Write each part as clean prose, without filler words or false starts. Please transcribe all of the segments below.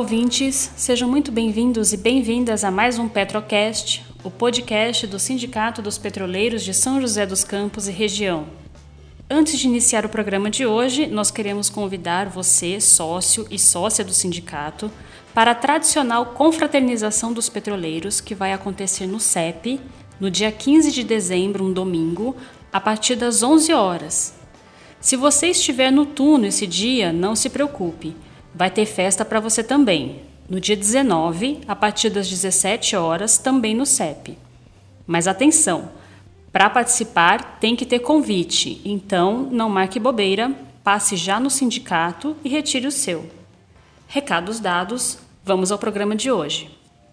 ouvintes, sejam muito bem-vindos e bem-vindas a mais um Petrocast, o podcast do Sindicato dos Petroleiros de São José dos Campos e região. Antes de iniciar o programa de hoje, nós queremos convidar você, sócio e sócia do sindicato, para a tradicional confraternização dos petroleiros que vai acontecer no CEP, no dia 15 de dezembro, um domingo, a partir das 11 horas. Se você estiver no turno esse dia, não se preocupe. Vai ter festa para você também, no dia 19, a partir das 17 horas, também no CEP. Mas atenção, para participar tem que ter convite, então não marque bobeira, passe já no sindicato e retire o seu. Recados dados, vamos ao programa de hoje.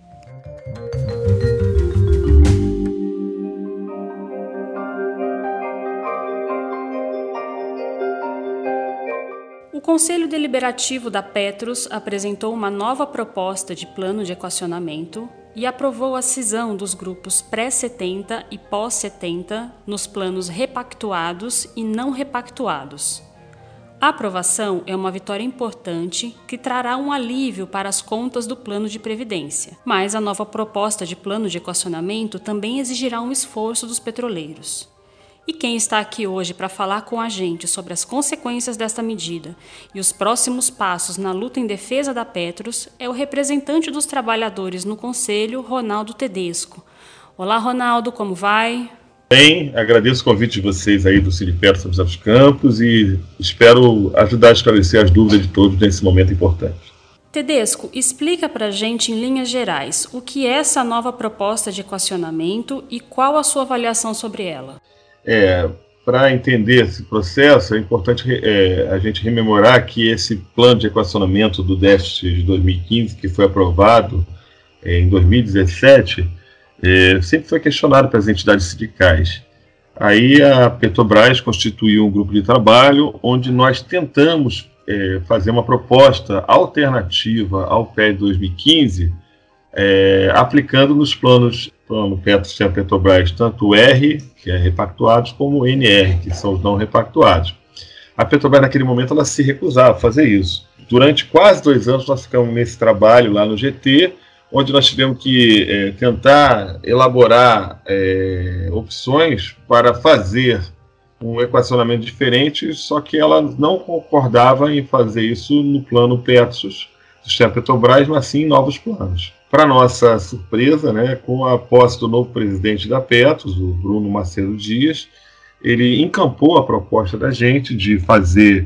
O Conselho Deliberativo da Petros apresentou uma nova proposta de plano de equacionamento e aprovou a cisão dos grupos pré-70 e pós-70 nos planos repactuados e não repactuados. A aprovação é uma vitória importante que trará um alívio para as contas do plano de previdência, mas a nova proposta de plano de equacionamento também exigirá um esforço dos petroleiros. E quem está aqui hoje para falar com a gente sobre as consequências desta medida e os próximos passos na luta em defesa da Petros é o representante dos trabalhadores no Conselho, Ronaldo Tedesco. Olá, Ronaldo, como vai? Bem, agradeço o convite de vocês aí do Sindicato São José dos Campos e espero ajudar a esclarecer as dúvidas de todos nesse momento importante. Tedesco, explica para a gente em linhas gerais o que é essa nova proposta de equacionamento e qual a sua avaliação sobre ela. Para entender esse processo, é importante a gente rememorar que esse plano de equacionamento do déficit de 2015, que foi aprovado em 2017, sempre foi questionado pelas entidades sindicais. Aí a Petrobras constituiu um grupo de trabalho onde nós tentamos fazer uma proposta alternativa ao PED 2015, aplicando nos planos plano Petrobras, tanto o R, que é repactuados, como o NR, que são os não repactuados. A Petrobras, naquele momento, ela se recusava a fazer isso. Durante quase 2 anos, nós ficamos nesse trabalho lá no GT, onde nós tivemos que tentar elaborar opções para fazer um equacionamento diferente, só que ela não concordava em fazer isso no plano Petros, sistema Petrobras, mas sim em novos planos. Para nossa surpresa, com a posse do novo presidente da Petros, o Bruno Macedo Dias, ele encampou a proposta da gente de fazer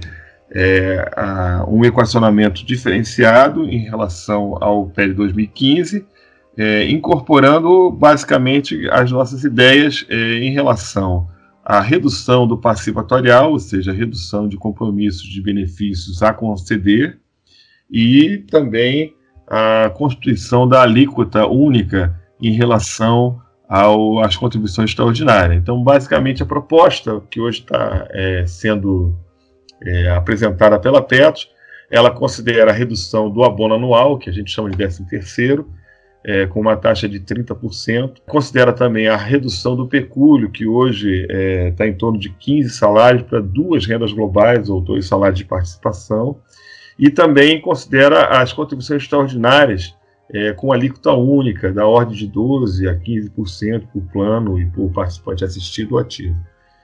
um equacionamento diferenciado em relação ao PED 2015, incorporando basicamente as nossas ideias em relação à redução do passivo atuarial, ou seja, a redução de compromissos de benefícios a conceder, e também a constituição da alíquota única em relação às contribuições extraordinárias. Então, basicamente, a proposta que hoje está sendo apresentada pela Petros, ela considera a redução do abono anual, que a gente chama de 13º, com uma taxa de 30%. Considera também a redução do pecúlio, que hoje está em torno de 15 salários para 2 rendas globais, ou 2 salários de participação. E também considera as contribuições extraordinárias com alíquota única, da ordem de 12% a 15% por plano e por participante assistido ou ativo.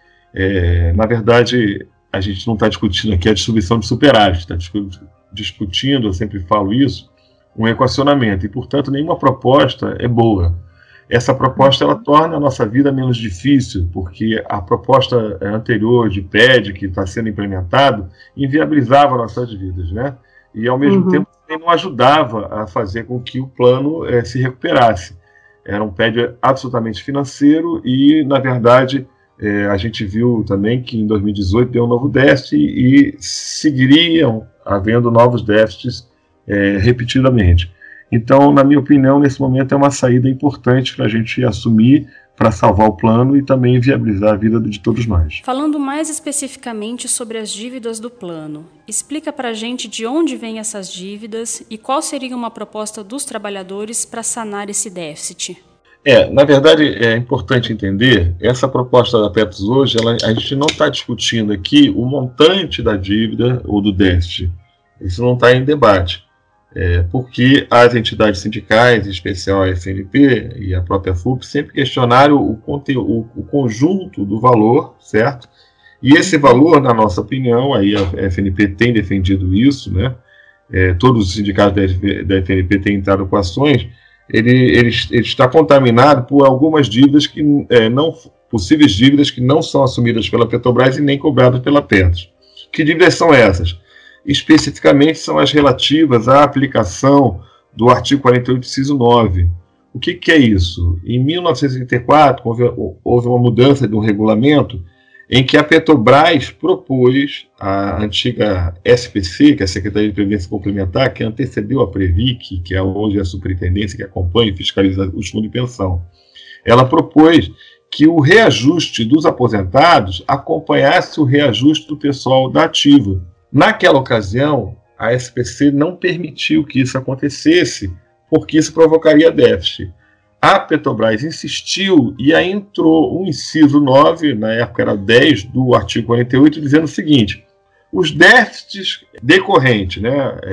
Na verdade, a gente não está discutindo aqui a distribuição de superávit, está discutindo, eu sempre falo isso, um equacionamento, e, portanto, nenhuma proposta é boa. Essa proposta ela torna a nossa vida menos difícil, porque a proposta anterior de PED, que está sendo implementado, inviabilizava nossas vidas, E, ao mesmo tempo, não ajudava a fazer com que o plano se recuperasse. Era um PED absolutamente financeiro e, na verdade, a gente viu também que em 2018 deu um novo déficit e seguiriam havendo novos déficits repetidamente. Então, na minha opinião, nesse momento é uma saída importante para a gente assumir, para salvar o plano e também viabilizar a vida de todos nós. Falando mais especificamente sobre as dívidas do plano, explica para a gente de onde vêm essas dívidas e qual seria uma proposta dos trabalhadores para sanar esse déficit. Na verdade, é importante entender, essa proposta da Petros hoje, a gente não está discutindo aqui o montante da dívida ou do déficit. Isso não está em debate. porque as entidades sindicais, em especial a FNP e a própria FUP, sempre questionaram o conjunto do valor, certo? E esse valor, na nossa opinião, aí a FNP tem defendido isso, né? Todos os sindicatos da FNP têm entrado com ações, ele está contaminado por algumas dívidas possíveis dívidas que não são assumidas pela Petrobras e nem cobradas pela Petros. Que dívidas são essas? Especificamente são as relativas à aplicação do artigo 48, inciso 9. O que é isso? Em 1984, houve uma mudança do regulamento em que a Petrobras propôs a antiga SPC, que é a Secretaria de Previdência Complementar, que antecedeu a Previc, que é hoje a superintendência que acompanha e fiscaliza os fundos de pensão. Ela propôs que o reajuste dos aposentados acompanhasse o reajuste do pessoal da ativa. Naquela ocasião, a SPC não permitiu que isso acontecesse, porque isso provocaria déficit. A Petrobras insistiu e aí entrou um inciso 9, na época era 10, do artigo 48, dizendo o seguinte: os déficits decorrentes,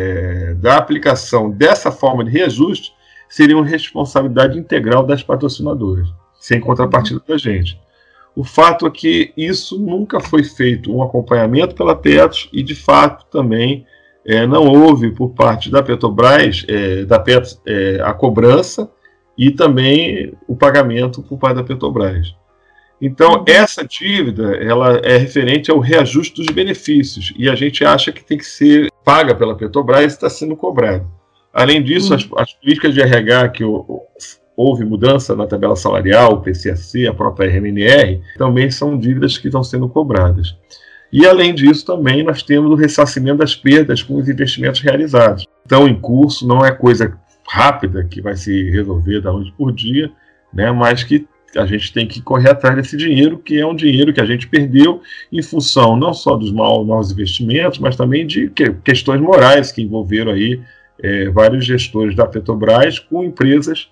da aplicação dessa forma de reajuste seriam responsabilidade integral das patrocinadoras, sem contrapartida da gente. O fato é que isso nunca foi feito um acompanhamento pela Petros e, de fato, também não houve por parte da Petrobras, da Petros, a cobrança e também o pagamento por parte da Petrobras. Então, essa dívida ela é referente ao reajuste dos benefícios e a gente acha que tem que ser paga pela Petrobras e está sendo cobrado. Além disso, as políticas de RH que houve mudança na tabela salarial, o PCAC, a própria RMNR, também são dívidas que estão sendo cobradas. E, além disso, também nós temos o ressarcimento das perdas com os investimentos realizados. Então, em curso, não é coisa rápida que vai se resolver da noite por dia, né, mas que a gente tem que correr atrás desse dinheiro, que é um dinheiro que a gente perdeu em função não só dos maus investimentos, mas também de questões morais que envolveram aí vários gestores da Petrobras com empresas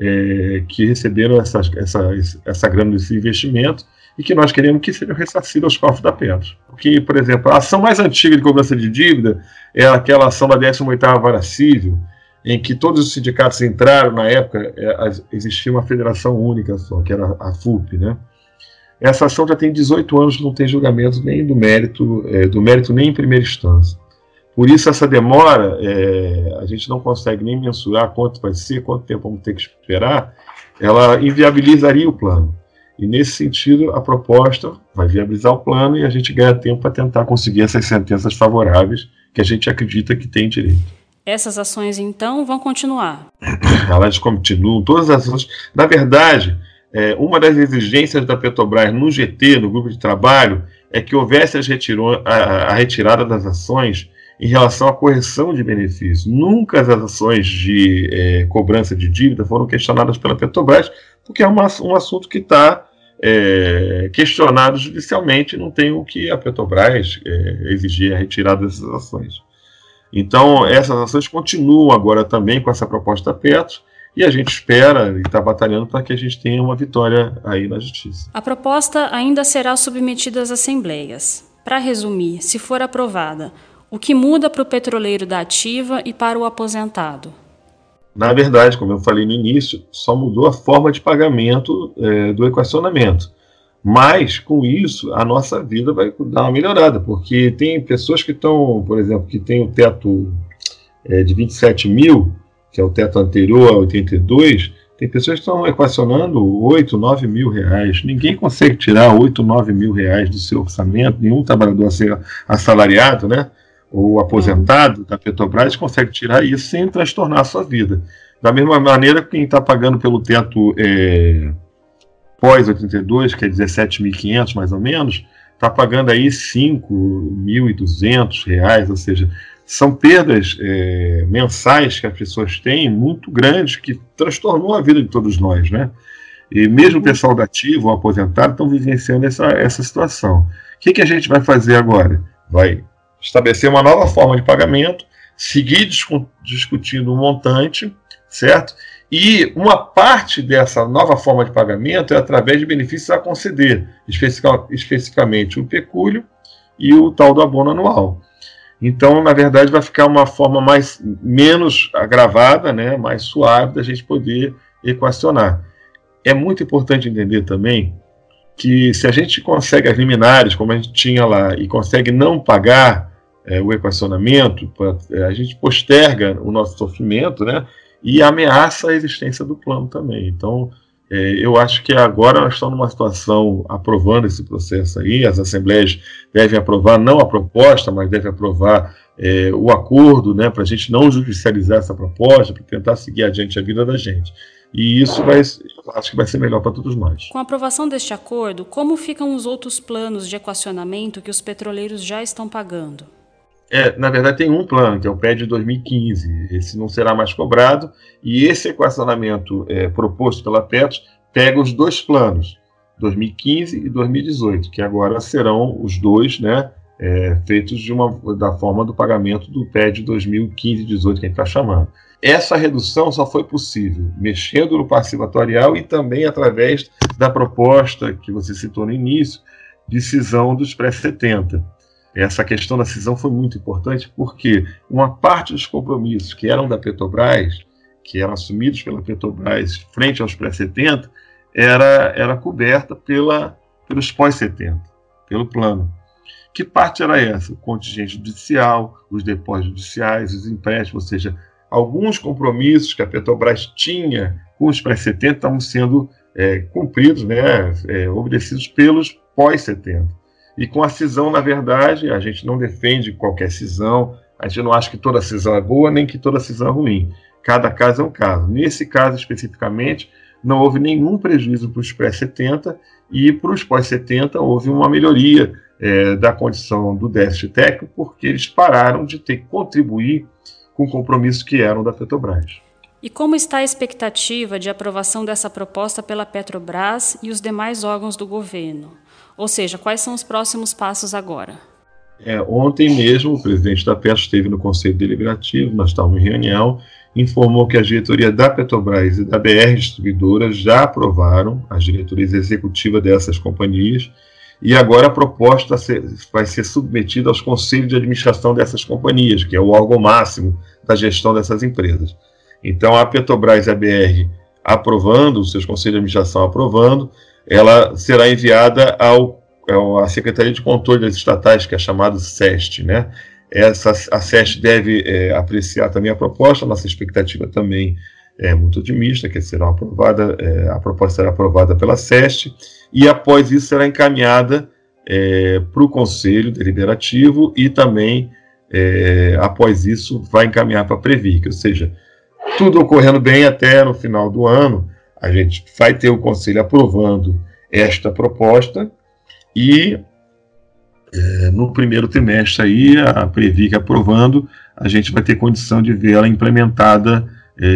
que receberam essa grana desse investimento e que nós queremos que seja ressarcido aos cofres da Petros. Porque, por exemplo, a ação mais antiga de cobrança de dívida é aquela ação da 18ª Vara Civil, em que todos os sindicatos entraram. Na época, existia uma federação única só, que era a FUP, né? Essa ação já tem 18 anos, não tem julgamento nem do mérito nem em primeira instância. Por isso, essa demora, a gente não consegue nem mensurar quanto vai ser, quanto tempo vamos ter que esperar, ela inviabilizaria o plano. E, nesse sentido, a proposta vai viabilizar o plano e a gente ganha tempo para tentar conseguir essas sentenças favoráveis que a gente acredita que tem direito. Essas ações, então, vão continuar? Elas continuam, todas as ações. Na verdade, uma das exigências da Petrobras no GT, no grupo de trabalho, é que houvesse a retirada das ações em relação à correção de benefícios. Nunca as ações de cobrança de dívida foram questionadas pela Petrobras, porque é um assunto que está questionado judicialmente, não tem o que a Petrobras exigir a retirada dessas ações. Então, essas ações continuam agora também com essa proposta da Petros, e a gente espera e está batalhando para que a gente tenha uma vitória aí na Justiça. A proposta ainda será submetida às assembleias. Para resumir, se for aprovada, o que muda para o petroleiro da ativa e para o aposentado? Na verdade, como eu falei no início, só mudou a forma de pagamento do equacionamento. Mas, com isso, a nossa vida vai dar uma melhorada, porque tem pessoas que estão, por exemplo, que tem o teto de 27 mil, que é o teto anterior a 82, tem pessoas que estão equacionando 8, 9 mil reais. Ninguém consegue tirar 8, 9 mil reais do seu orçamento, nenhum trabalhador assalariado, né, ou aposentado da Petrobras consegue tirar isso sem transtornar a sua vida. Da mesma maneira que quem está pagando pelo teto pós-82, que é 17.500 mais ou menos, está pagando aí 5.200 reais, ou seja, são perdas mensais que as pessoas têm muito grandes, que transtornou a vida de todos nós, né? E mesmo o pessoal da ativa, o aposentado, estão vivenciando essa situação. O que a gente vai fazer agora? Vai estabelecer uma nova forma de pagamento, seguir discutindo um montante, certo? E uma parte dessa nova forma de pagamento é através de benefícios a conceder, especificamente o pecúlio e o tal do abono anual. Então, na verdade, vai ficar uma forma menos agravada, né, mais suave da gente poder equacionar. É muito importante entender também que se a gente consegue as liminares, como a gente tinha lá, e consegue não pagar o equacionamento, a gente posterga o nosso sofrimento, né, e ameaça a existência do plano também. Então, eu acho que agora nós estamos numa situação aprovando esse processo aí, as assembleias devem aprovar não a proposta, mas devem aprovar o acordo, né, para a gente não judicializar essa proposta, para tentar seguir adiante a vida da gente. E isso acho que vai ser melhor para todos nós. Com a aprovação deste acordo, como ficam os outros planos de equacionamento que os petroleiros já estão pagando? Na verdade, tem um plano, que é o PED de 2015. Esse não será mais cobrado, e esse equacionamento proposto pela Petros pega os dois planos, 2015 e 2018, que agora serão os dois, né, feitos da forma do pagamento do PED de 2015 e 2018, que a gente está chamando. Essa redução só foi possível mexendo no passivo atuarial e também através da proposta que você citou no início, de cisão dos pré-70. Essa questão da cisão foi muito importante porque uma parte dos compromissos que eram da Petrobras, que eram assumidos pela Petrobras frente aos pré-70, era coberta pelos pós-70, pelo plano. Que parte era essa? O contingente judicial, os depósitos judiciais, os empréstimos, ou seja, alguns compromissos que a Petrobras tinha com os pré-70 estavam sendo cumpridos, né, obedecidos pelos pós-70. E com a cisão, na verdade, a gente não defende qualquer cisão, a gente não acha que toda cisão é boa, nem que toda cisão é ruim. Cada caso é um caso. Nesse caso, especificamente, não houve nenhum prejuízo para os pré-70 e para os pós-70 houve uma melhoria da condição do déficit técnico, porque eles pararam de ter que contribuir com compromissos que eram da Petrobras. E como está a expectativa de aprovação dessa proposta pela Petrobras e os demais órgãos do governo? Ou seja, quais são os próximos passos agora? Ontem mesmo, o presidente da Petros esteve no Conselho Deliberativo, nós estávamos em reunião, informou que a diretoria da Petrobras e da BR Distribuidora já aprovaram, as diretorias executivas dessas companhias, e agora a proposta vai ser submetida aos conselhos de administração dessas companhias, que é o órgão máximo da gestão dessas empresas. Então, a Petrobras e a BR aprovando, os seus conselhos de administração aprovando, ela será enviada à Secretaria de Controle das Estatais, que é chamado SEST, né? A SEST deve apreciar também a proposta, nossa expectativa também é muito otimista, que será aprovada, a proposta será aprovada pela SEST, e após isso será encaminhada para o Conselho Deliberativo e também, após isso, vai encaminhar para a Previc, ou seja, tudo ocorrendo bem até no final do ano, a gente vai ter o Conselho aprovando esta proposta e no primeiro trimestre aí, a Previc aprovando, a gente vai ter condição de ver ela implementada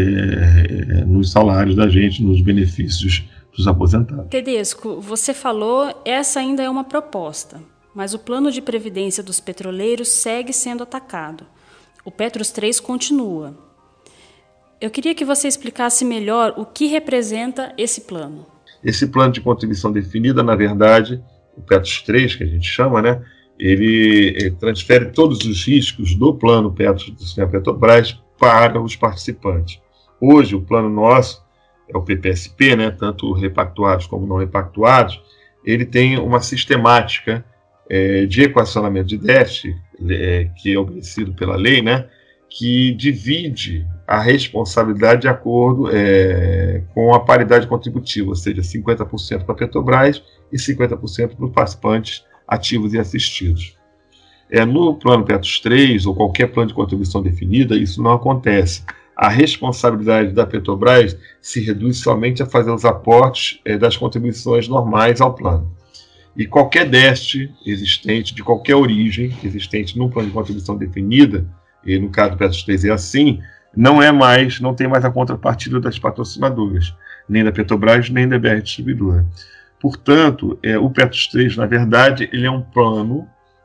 nos salários da gente, nos benefícios dos aposentados. Tedesco, você falou, essa ainda é uma proposta, mas o plano de previdência dos petroleiros segue sendo atacado. O Petros 3 continua. Eu queria que você explicasse melhor o que representa esse plano. Esse plano de contribuição definida, na verdade, o Petros 3, que a gente chama, né, ele transfere todos os riscos do plano Petros do sistema Petrobras para os participantes. Hoje, o plano nosso é o PPSP, né, tanto repactuados como não repactuados, ele tem uma sistemática de equacionamento de déficit, que é obedecido pela lei, né, que divide a responsabilidade de acordo com a paridade contributiva, ou seja, 50% para a Petrobras e 50% para os participantes ativos e assistidos. No plano Petros 3, ou qualquer plano de contribuição definida, isso não acontece. A responsabilidade da Petrobras se reduz somente a fazer os aportes das contribuições normais ao plano. E qualquer déficit existente, de qualquer origem, existente no plano de contribuição definida, e no caso do Petros 3 é assim, não tem mais a contrapartida das patrocinadoras, nem da Petrobras, nem da BR Distribuidora. Portanto, o Petros 3, na verdade, ele é um plano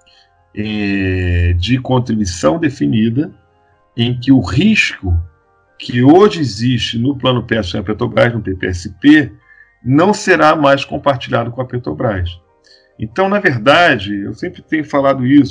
de contribuição definida, em que o risco que hoje existe no plano Petros e a Petrobras, no PPSP, não será mais compartilhado com a Petrobras. Então, na verdade, eu sempre tenho falado isso,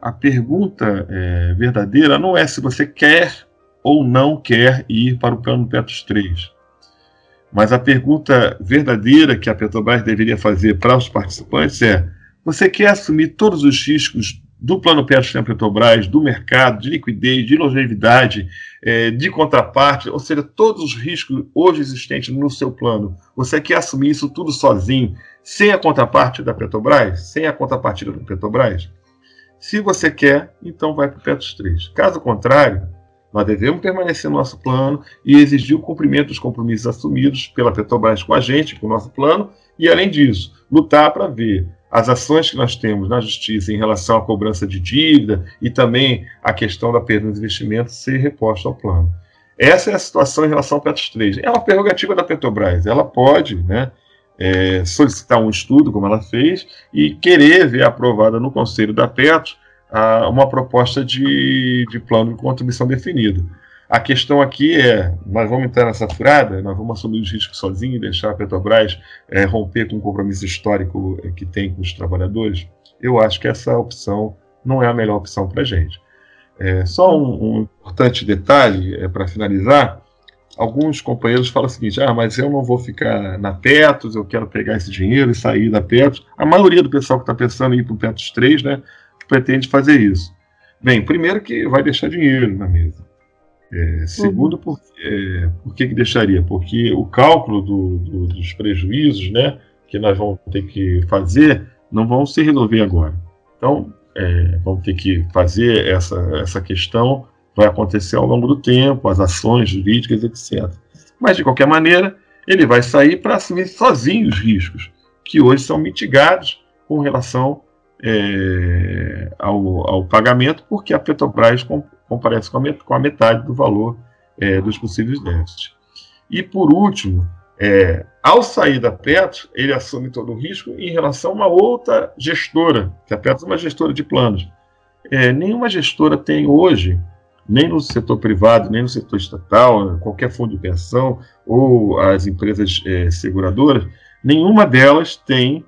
a pergunta verdadeira não é se você quer ou não quer ir para o plano Petros 3. Mas a pergunta verdadeira que a Petrobras deveria fazer para os participantes é: você quer assumir todos os riscos do plano Petros da Petrobras, do mercado, de liquidez, de longevidade, de contraparte, ou seja, todos os riscos hoje existentes no seu plano? Você quer assumir isso tudo sozinho, sem a contraparte da Petrobras, sem a contrapartida da Petrobras? Se você quer, então vai para o Petros 3. Caso contrário, nós devemos permanecer no nosso plano e exigir o cumprimento dos compromissos assumidos pela Petrobras com a gente, com o nosso plano, e, além disso, lutar para ver as ações que nós temos na Justiça em relação à cobrança de dívida e também a questão da perda dos investimentos ser reposta ao plano. Essa é a situação em relação ao Petros 3. É uma prerrogativa da Petrobras. Ela pode, né, solicitar um estudo, como ela fez, e querer ver aprovada no Conselho da Petros uma proposta de plano de contribuição definido. A questão aqui nós vamos entrar nessa furada, nós vamos assumir os riscos sozinhos e deixar a Petrobras romper com o compromisso histórico que tem com os trabalhadores? Eu acho que essa opção não é a melhor opção para a gente. Só um importante detalhe para finalizar: alguns companheiros falam o seguinte: mas eu não vou ficar na Petros, eu quero pegar esse dinheiro e sair da Petros. A maioria do pessoal que está pensando em ir para o Petros 3, né, pretende fazer isso. Bem, primeiro que vai deixar dinheiro na mesa. Segundo, por que deixaria? Porque o cálculo dos prejuízos, né, que nós vamos ter que fazer não vão se resolver agora. Então, vamos ter que fazer essa questão, vai acontecer ao longo do tempo, as ações jurídicas, etc. Mas, de qualquer maneira, ele vai sair para assumir sozinho os riscos, que hoje são mitigados com relação ao pagamento, porque a Petrobras comparece com a metade do valor dos possíveis déficits. E, por último, ao sair da Petros, ele assume todo o risco em relação a uma outra gestora, que a Petros é uma gestora de planos. Nenhuma gestora tem hoje, nem no setor privado, nem no setor estatal, qualquer fundo de pensão ou as empresas seguradoras, nenhuma delas tem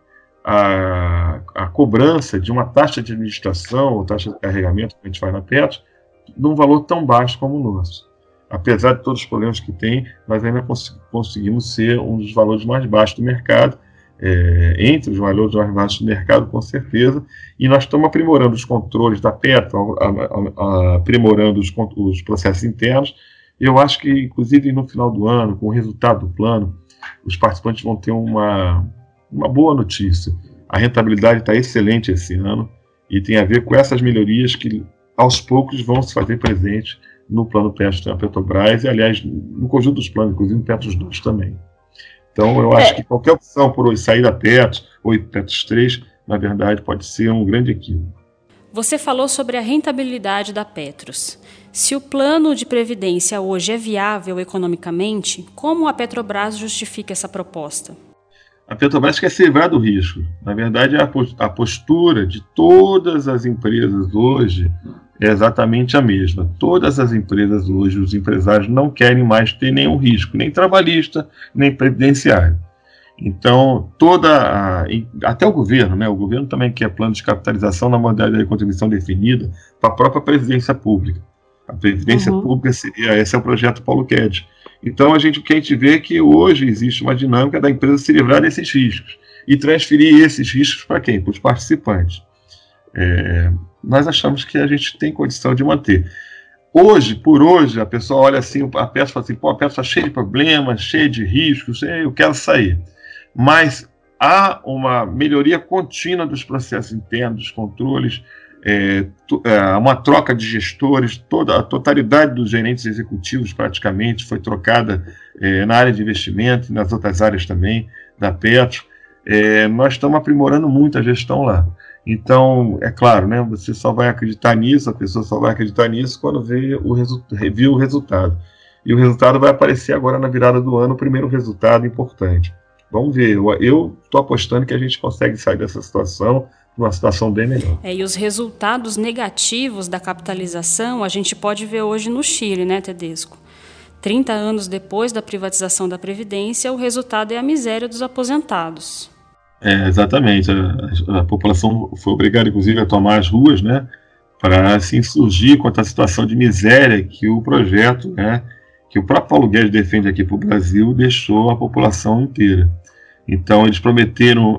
a cobrança de uma taxa de administração ou taxa de carregamento que a gente faz na Petros num valor tão baixo como o nosso. Apesar de todos os problemas que tem, nós ainda conseguimos ser um dos valores mais baixos do mercado, entre os valores mais baixos do mercado, com certeza, e nós estamos aprimorando os controles da Petros, aprimorando os processos internos. Eu acho que, inclusive, no final do ano, com o resultado do plano, os participantes vão ter uma boa notícia. A rentabilidade está excelente esse ano e tem a ver com essas melhorias que, aos poucos, vão se fazer presentes no plano Petros da Petrobras e, aliás, no conjunto dos planos, inclusive no Petros 2 também. Então, eu acho que qualquer opção por hoje sair da Petros ou ir para Petros 3, na verdade, pode ser um grande equívoco. Você falou sobre a rentabilidade da Petros. Se o plano de previdência hoje é viável economicamente, como a Petrobras justifica essa proposta? A Petrobras quer se livrar do risco. Na verdade, a postura de todas as empresas hoje é exatamente a mesma. Todas as empresas hoje, os empresários não querem mais ter nenhum risco, nem trabalhista, nem previdenciário. Então, até o governo, né? O governo também quer plano de capitalização na modalidade de contribuição definida para a própria Previdência Pública. A Previdência Pública esse é o projeto Paulo Guedes. Então, o que a gente vê é que hoje existe uma dinâmica da empresa se livrar desses riscos e transferir esses riscos para quem? Para os participantes. Nós achamos que a gente tem condição de manter. Por hoje, a pessoa olha assim, a Petros fala assim, a Petros está cheia de problemas, cheia de riscos, eu quero sair. Mas há uma melhoria contínua dos processos internos, dos controles, uma troca de gestores, a totalidade dos gerentes executivos praticamente foi trocada na área de investimento e nas outras áreas também da Petros. Nós estamos aprimorando muito a gestão lá. Então, é claro, né, você só vai acreditar nisso, a pessoa só vai acreditar nisso quando viu o resultado. E o resultado vai aparecer agora na virada do ano, o primeiro resultado importante. Vamos ver, eu estou apostando que a gente consegue sair dessa situação, uma situação bem melhor. E os resultados negativos da capitalização a gente pode ver hoje no Chile, né, Tedesco? 30 anos depois da privatização da Previdência, o resultado é a miséria dos aposentados. Exatamente. A população foi obrigada, inclusive, a tomar as ruas, né, para se insurgir contra a situação de miséria que o projeto, que o próprio Paulo Guedes defende aqui para o Brasil, deixou a população inteira. Então, eles prometeram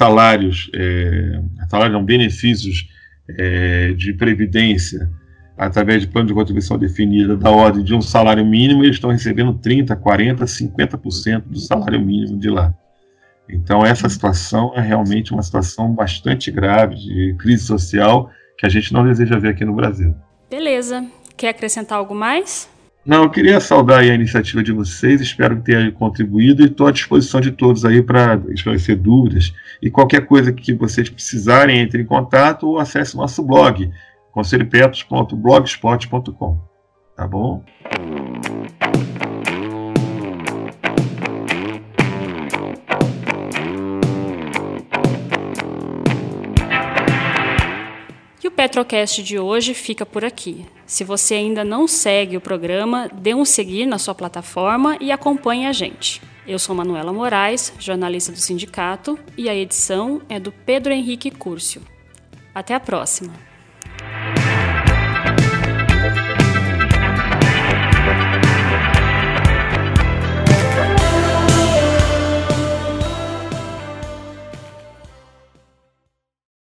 benefícios de previdência através de plano de contribuição definida da ordem de um salário mínimo, eles estão recebendo 30%, 40%, 50% do salário mínimo de lá. Então, essa situação é realmente uma situação bastante grave de crise social que a gente não deseja ver aqui no Brasil. Beleza. Quer acrescentar algo mais? Não, eu queria saudar aí a iniciativa de vocês, espero que tenha contribuído e estou à disposição de todos aí para esclarecer dúvidas e qualquer coisa que vocês precisarem, entre em contato ou acesse o nosso blog, conselhopetros.blogspot.com. Tá bom? E o Petrocast de hoje fica por aqui. Se você ainda não segue o programa, dê um seguir na sua plataforma e acompanhe a gente. Eu sou Manuela Moraes, jornalista do sindicato, e a edição é do Pedro Henrique Curcio. Até a próxima!